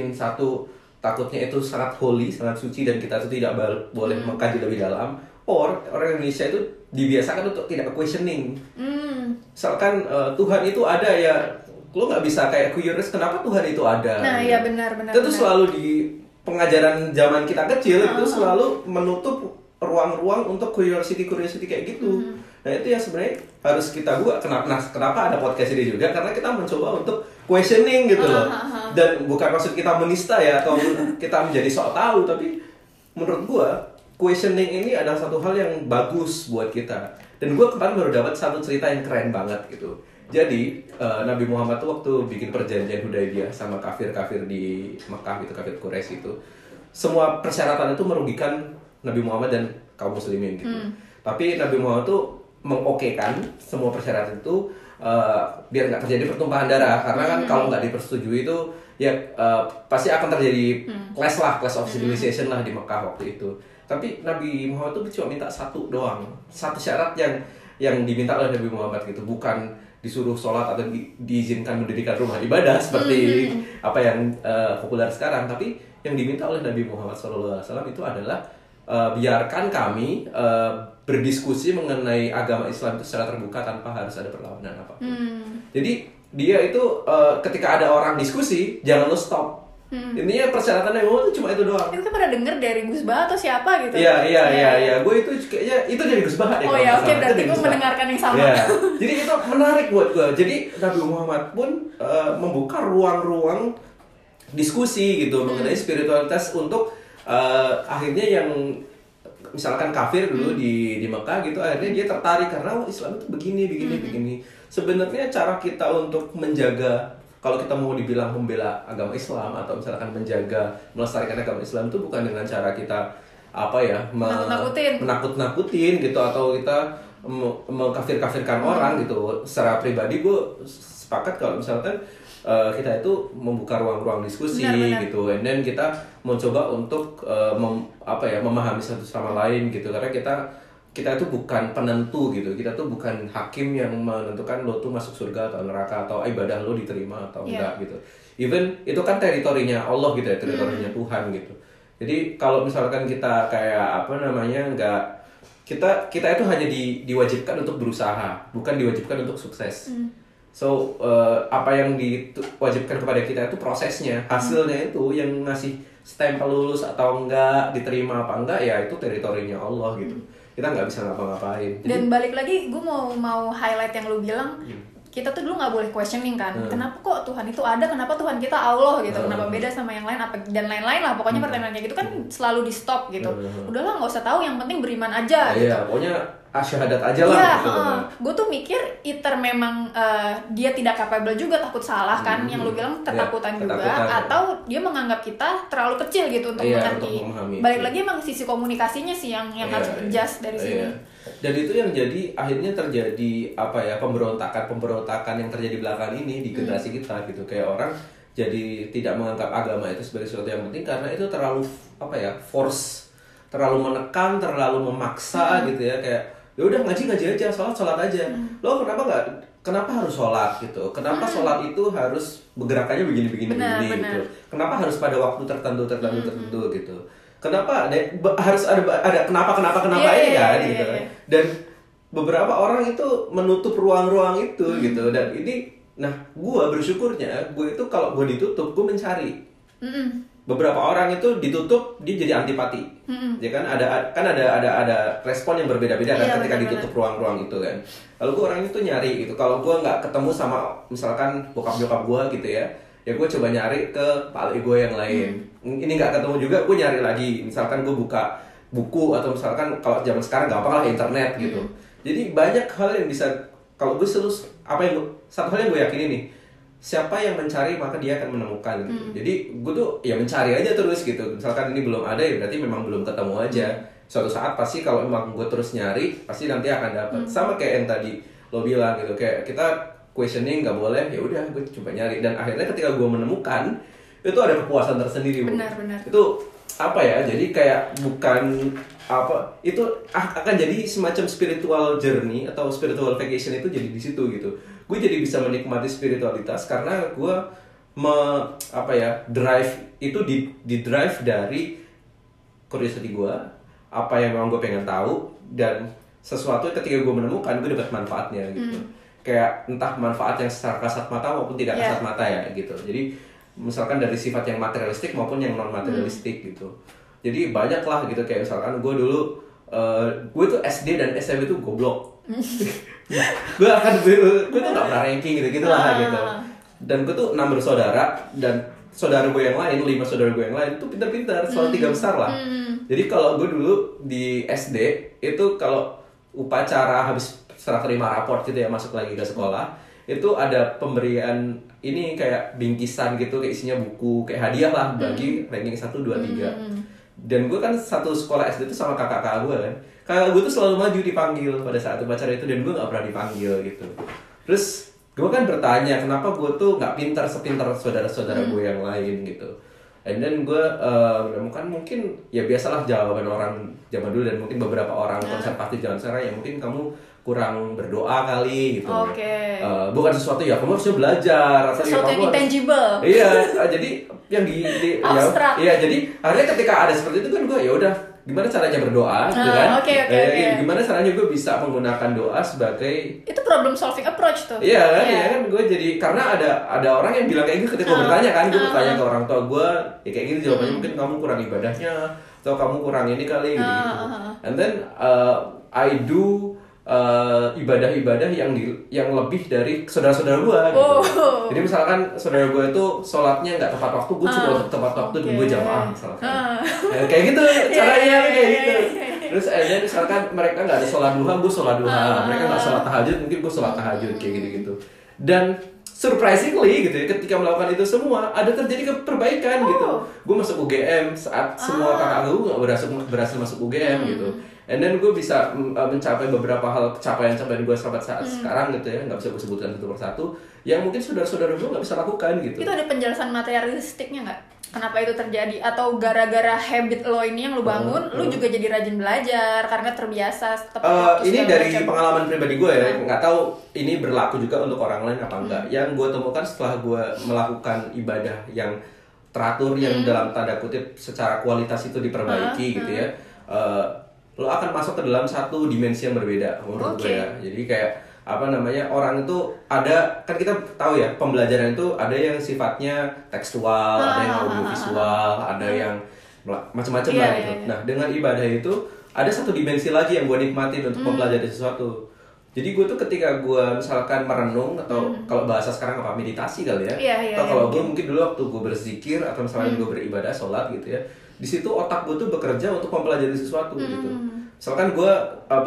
takutnya itu sangat holy, sangat suci, dan kita tuh tidak boleh mengkaji lebih dalam. Orang Indonesia itu dibiasakan untuk tidak questioning. Misalkan Tuhan itu ada ya, lo nggak bisa kayak curious kenapa Tuhan itu ada. Nah iya benar. Itu tuh selalu di pengajaran zaman kita kecil itu selalu menutup ruang-ruang untuk curiosity kayak gitu. Nah itu yang sebenarnya harus kita buat. Kenapa ada podcast ini juga, karena kita mencoba untuk questioning gitu loh. Dan bukan maksud kita menista ya atau kita menjadi sok tahu, tapi menurut gua questioning ini adalah satu hal yang bagus buat kita. Dan gua kemarin baru dapat satu cerita yang keren banget gitu. Jadi Nabi Muhammad tuh waktu bikin perjanjian Hudaybiyah sama kafir-kafir di Mekah gitu, kafir Quraisy itu, semua persyaratan itu merugikan Nabi Muhammad dan kaum muslimin gitu. Tapi Nabi Muhammad tuh mengokekan semua persyaratan itu biar nggak terjadi pertumpahan darah, karena kan kalau nggak dipersetujui itu ya pasti akan terjadi clash of civilization lah di Mekah waktu itu. Tapi Nabi Muhammad tuh cuma minta satu syarat yang diminta oleh Nabi Muhammad gitu, bukan disuruh sholat atau diizinkan mendirikan rumah ibadah seperti apa yang populer sekarang, tapi yang diminta oleh Nabi Muhammad SAW itu adalah biarkan kami berdiskusi mengenai agama Islam itu secara terbuka tanpa harus ada perlawanan apapun. Jadi dia itu ketika ada orang diskusi jangan lo stop. Intinya persyaratannya itu cuma itu doang. Itu kan pernah denger dari Gus Bah atau siapa gitu? Iya. Gue itu kayaknya itu dari Gus Bah ya. Oh ya, oke, berarti gue mendengarkan yang sama. Ya. Jadi itu menarik buat gue. Jadi Nabi Muhammad pun membuka ruang-ruang diskusi gitu mengenai spiritualitas untuk akhirnya yang misalkan kafir dulu di Mekah gitu, akhirnya dia tertarik karena Islam itu begini. Sebenarnya cara kita untuk menjaga, kalau kita mau dibilang membela agama Islam atau misalkan melestarikan agama Islam itu bukan dengan cara kita menakut-nakutin gitu atau kita mengkafir-kafirkan orang gitu. Secara pribadi gue sepakat kalau misalkan kita itu membuka ruang-ruang diskusi gitu, and then kita mencoba untuk memahami satu sama lain gitu, karena kita itu bukan penentu gitu, kita tuh bukan hakim yang menentukan lo tuh masuk surga atau neraka atau ibadah lo diterima atau enggak gitu. Even itu kan teritorinya Allah gitu ya, teritorinya Tuhan gitu. Jadi kalau misalkan kita kayak enggak, kita itu hanya diwajibkan untuk berusaha, bukan diwajibkan untuk sukses. So apa yang diwajibkan kepada kita itu prosesnya, hasilnya itu yang ngasih stempel lulus atau enggak, diterima apa enggak, ya itu teritorinya Allah gitu. Kita nggak bisa ngapa-ngapain. Dan balik lagi, gue mau highlight yang lu bilang, kita tuh dulu nggak boleh questioning kan, kenapa kok Tuhan itu ada, kenapa Tuhan kita Allah gitu, kenapa beda sama yang lain, dan lain-lain lah, pokoknya pertanyaannya gitu kan selalu di stop gitu. Udahlah nggak usah tahu, yang penting beriman aja gitu. Iya, pokoknya syahadat aja lah. Iya, gue tuh mikir either memang dia tidak capable juga, takut salah kan, yang lu bilang ketakutan juga, atau dia menganggap kita terlalu kecil gitu untuk mengerti. Balik lagi emang sisi komunikasinya sih yang harus adjust dari sini. Dan itu yang akhirnya terjadi pemberontakan yang terjadi belakangan ini di generasi kita gitu, kayak orang jadi tidak menganggap agama itu sebagai sesuatu yang penting karena itu terlalu force, terlalu menekan, terlalu memaksa gitu ya, kayak ya udah ngaji aja, sholat aja. Lo kenapa harus sholat gitu? Kenapa sholat itu harus bergerakannya begini gitu? Kenapa harus pada waktu tertentu gitu? Kenapa harus ada kenapa ini kan gitu? Dan beberapa orang itu menutup ruang-ruang itu gitu. Dan ini, nah gue bersyukurnya gue itu kalau gue ditutup gue mencari. Beberapa orang itu ditutup dia jadi antipati. Ya kan ada respon yang berbeda-beda kan ketika ditutup ruang-ruang itu kan. Kalau gue orang itu nyari gitu. Kalau gue nggak ketemu sama misalkan bokap nyokap gue gitu ya gue coba nyari ke paling gue yang lain. Ini nggak ketemu juga, gue nyari lagi. Misalkan gue buka buku atau misalkan kalau zaman sekarang gampang lah internet gitu. Jadi banyak hal yang bisa, kalau gue selalu satu hal yang gue yakini nih, siapa yang mencari maka dia akan menemukan gitu. Jadi gue tuh ya mencari aja terus gitu. Misalkan ini belum ada ya berarti memang belum ketemu aja. Suatu saat pasti kalau emang gue terus nyari pasti nanti akan dapat. Sama kayak yang tadi lo bilang gitu, kayak kita questioning nggak boleh, ya udah gue coba nyari dan akhirnya ketika gue menemukan itu ada kepuasan tersendiri. Benar. Itu apa ya, jadi kayak bukan apa, itu akan jadi semacam spiritual journey atau spiritual vacation itu jadi di situ gitu. Gue jadi bisa menikmati spiritualitas karena gue drive itu di drive dari curiosity gue, apa yang memang gue pengen tahu, dan sesuatu ketika gue menemukan gue dapat manfaatnya gitu. Kayak entah manfaat yang secara kasat mata maupun tidak kasat mata ya gitu. Jadi misalkan dari sifat yang materialistik maupun yang non materialistik gitu. Jadi banyak lah gitu, kayak misalkan gue dulu gue tuh SD dan SMP tuh goblok. gue tuh nggak pernah ranking gitu lah gitu. Dan gue tuh 6 bersaudara dan saudara gue yang lain, 5 saudara gue yang lain tuh pintar-pintar, selalu 3 besar lah. Jadi kalau gue dulu di SD itu kalau upacara habis serah terima raport gitu ya, masuk lagi ke sekolah, itu ada pemberian ini kayak bingkisan gitu, kayak isinya buku, kayak hadiah lah bagi ranking 1, 2, 3. Dan gue kan satu sekolah SD itu sama kakak-kakak gue kan. Kakak gue tuh selalu maju dipanggil pada saat upacara itu dan gue gak pernah dipanggil gitu. Terus gue kan bertanya kenapa gue tuh gak sepintar saudara-saudara gue yang lain gitu. And then gue menemukan mungkin ya biasalah jawaban orang zaman dulu dan mungkin beberapa orang konservatif zaman sekarang ya, mungkin kamu kurang berdoa kali gitu. Bukan sesuatu ya kamu harusnya belajar atau sesuatu ya, yang intangible. Iya, jadi yang di abstrak. Ya, jadi akhirnya ketika ada seperti itu kan gue ya udah gimana caranya berdoa gitu kan. Gimana caranya gue bisa menggunakan doa sebagai itu problem solving approach tuh. Iya kan, ya kan gue jadi karena ada orang yang bilang kayak gitu ketika gue bertanya kan, gue bertanya ke orang tua gue ya kayak gitu jawabannya, mungkin kamu kurang ibadahnya atau kamu kurang ini kali gitu. And then I do ibadah-ibadah yang lebih dari saudara-saudara gue gitu. Jadi misalkan saudara gue itu sholatnya nggak tepat waktu, gue coba tepat waktu dan gue jamaah misalkan. Kayak gitu caranya kayak gitu. Terus akhirnya misalkan mereka nggak ada sholat duha, gue sholat duha. Mereka nggak sholat tahajud, mungkin gue sholat tahajud kayak gitu-gitu. Dan surprisingly gitu ya, ketika melakukan itu semua ada terjadi perbaikan gitu. Gue masuk UGM saat semua kakak gue nggak berhasil masuk UGM gitu. And then gue bisa mencapai beberapa hal capaian-capaian gue saat sekarang gitu ya, nggak bisa gue sebutkan satu persatu, yang mungkin saudara-saudara gue nggak bisa lakukan gitu. Itu ada penjelasan materialistiknya nggak? Kenapa itu terjadi? Atau gara-gara habit lo ini yang lo bangun, lo juga jadi rajin belajar karena terbiasa tepat waktu. Ini dari pengalaman pribadi gue ya, nggak tahu ini berlaku juga untuk orang lain apa enggak. Yang gue temukan setelah gue melakukan ibadah yang teratur, yang dalam tanda kutip secara kualitas itu diperbaiki gitu ya, lo akan masuk ke dalam satu dimensi yang berbeda menurut gue ya. Jadi kayak orang itu ada, kan kita tahu ya pembelajaran itu ada yang sifatnya tekstual, ada yang audiovisual, ada yang macam-macam lah gitu. Nah dengan ibadah itu ada satu dimensi lagi yang gue nikmatin untuk mempelajari sesuatu. Jadi gue tuh ketika gue misalkan merenung atau kalau bahasa sekarang apa, meditasi kali ya, atau kalau gue mungkin dulu waktu gue berzikir atau misalkan gue beribadah sholat gitu ya, di situ otak gue tuh bekerja untuk mempelajari sesuatu gitu. Misalkan gue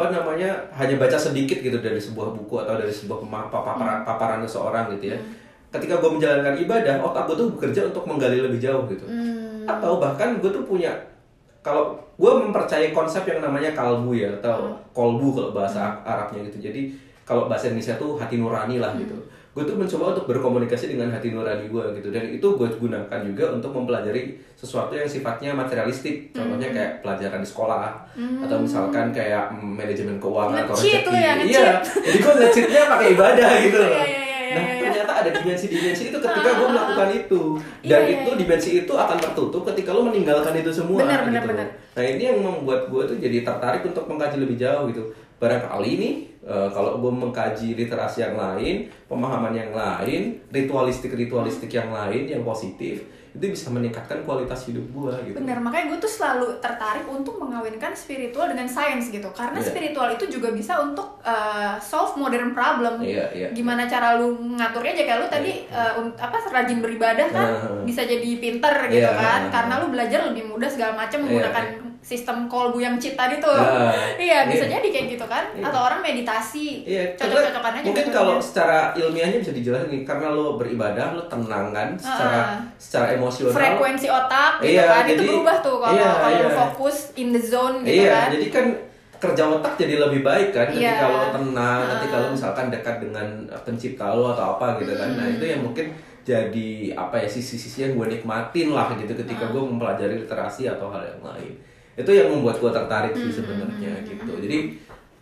hanya baca sedikit gitu dari sebuah buku atau dari sebuah paparan seseorang gitu ya. Ketika gue menjalankan ibadah, otak gue tuh bekerja untuk menggali lebih jauh gitu. Atau bahkan gue tuh punya, kalau gue mempercayai konsep yang namanya kalbu ya, atau kolbu kalau bahasa Arabnya gitu. Jadi kalau bahasa Indonesia tuh hati nurani lah gitu. Gue tuh mencoba untuk berkomunikasi dengan hati nurani gue gitu, dan itu gue gunakan juga untuk mempelajari sesuatu yang sifatnya materialistik, contohnya kayak pelajaran di sekolah atau misalkan kayak manajemen keuangan atau rezeki. Iya, jadi gue nge-cheatnya pakai ibadah gitu. Nah ternyata ada dimensi-dimensi itu ketika gue melakukan itu, dan itu dimensi itu akan tertutup ketika lo meninggalkan itu semua. Benar. Nah ini yang membuat gue tuh jadi tertarik untuk mengkaji lebih jauh gitu. barangkali nih kalau gue mengkaji literasi yang lain, pemahaman yang lain, ritualistik yang lain yang positif, itu bisa meningkatkan kualitas hidup gue gitu. Bener, makanya gue tuh selalu tertarik untuk mengawinkan spiritual dengan sains gitu, karena spiritual itu juga bisa untuk solve modern problem. Gimana cara lu ngaturnya aja, kayak lu tadi rajin beribadah kan bisa jadi pinter gitu kan, karena lu belajar lebih mudah segala macam menggunakan sistem kolbu yang cheat tadi tuh. Bisa jadi kayak gitu kan. Atau orang meditasi, cocok-cocokan aja. Mungkin kalau secara ilmiahnya bisa dijelasin nih, karena lo beribadah, lo tenang kan secara emosional. Frekuensi otak gitu kan, jadi, itu berubah tuh kalau lo fokus in the zone gitu kan. Jadi kan kerja otak jadi lebih baik kan ketika lo tenang, ketika lo misalkan dekat dengan pencipta lo atau apa gitu kan. Nah, itu yang mungkin jadi sisi-sisi yang gue nikmatin lah gitu ketika gue mempelajari literasi atau hal yang lain. Itu yang membuat gue tertarik sih sebenarnya gitu. Jadi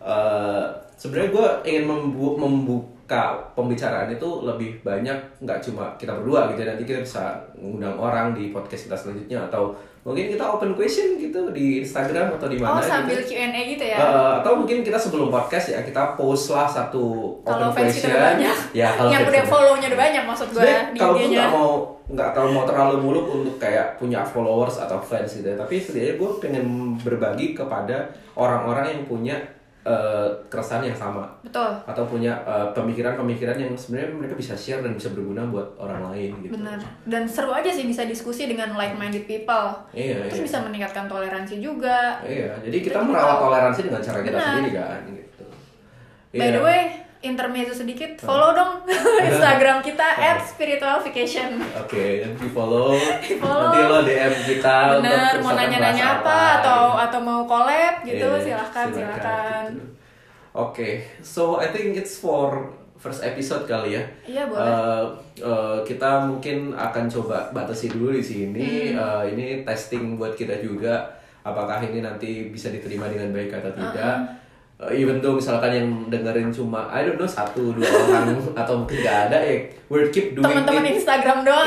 sebenarnya gue ingin membuka pembicaraan itu lebih banyak, nggak cuma kita berdua gitu. Nanti kita bisa mengundang orang di podcast kita selanjutnya, atau mungkin kita open question gitu di Instagram atau di mana sambil gitu. Q&A gitu ya. Atau mungkin kita sebelum podcast ya kita post lah satu open question. Kalau banyak. Ya, kalau yang udah follow-nya udah banyak maksud gue di kalau gue IG-nya. nggak mau terlalu muluk untuk kayak punya followers atau fans gitu ya. Tapi setidaknya gue pengen berbagi kepada orang-orang yang punya keresahan yang sama. Betul. Atau punya pemikiran-pemikiran yang sebenarnya mereka bisa share dan bisa berguna buat orang lain gitu. Benar. Dan seru aja sih bisa diskusi dengan like-minded people. Terus bisa meningkatkan toleransi juga. Jadi kita merawat toleransi dengan cara kita sendiri kan gitu. By the way, intermezzo sedikit, follow dong Instagram kita @spiritualfication. Oke, nanti follow. Nanti lo DM kita. Bener, mau nanya-nanya apa atau mau collab gitu, silahkan. Gitu. Oke, so I think it's for first episode kali ya. Iya, boleh. Kita mungkin akan coba batasi dulu di sini. Ini testing buat kita juga. Apakah ini nanti bisa diterima dengan baik atau tidak? Even though misalkan yang dengerin cuma 1-2 orang atau mungkin nggak ada we'll keep doing teman-teman Instagram doang.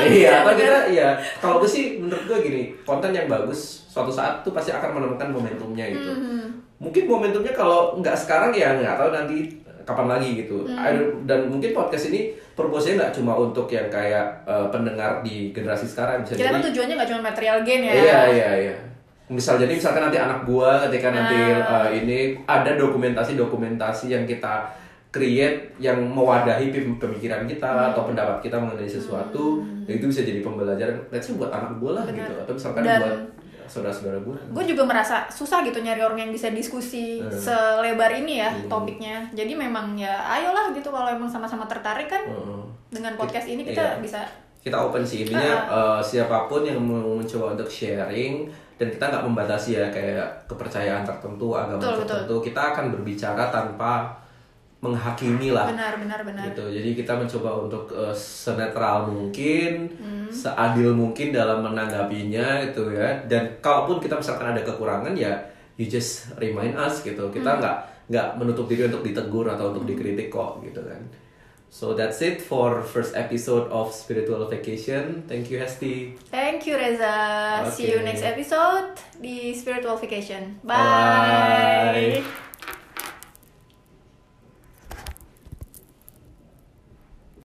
Kalau gue sih menurut gue gini, konten yang bagus suatu saat tuh pasti akan menemukan momentumnya gitu. Mungkin momentumnya kalau nggak sekarang ya nggak tahu nanti kapan lagi gitu. Dan mungkin podcast ini purpose-nya nggak cuma untuk yang kayak pendengar di generasi sekarang, bisa kita kan tujuannya nggak cuma material gain ya. Iya. Misalkan nanti anak gua ketika nanti ini ada dokumentasi yang kita create yang mewadahi pemikiran kita atau pendapat kita mengenai sesuatu, itu bisa jadi pembelajaran buat anak gua lah. Gitu, atau misalkan buat saudara-saudara gua. Gue juga merasa susah gitu nyari orang yang bisa diskusi selebar ini ya topiknya. Jadi memang ya ayolah gitu, kalau emang sama-sama tertarik kan dengan podcast ini kita open sih intinya. Siapapun yang mau mencoba untuk sharing, dan kita nggak membatasi ya kayak kepercayaan tertentu, agama tertentu. Kita akan berbicara tanpa menghakimi lah. Benar. Gitu. Jadi kita mencoba untuk senetral mungkin, seadil mungkin dalam menanggapinya itu ya. Dan kalaupun kita misalkan ada kekurangan ya, you just remind us gitu. Kita nggak menutup diri untuk ditegur atau untuk dikritik kok gitu kan. So that's it for first episode of Spiritual Vacation. Thank you, Hesti. Thank you, Reza. See you next episode di Spiritual Vacation. Bye.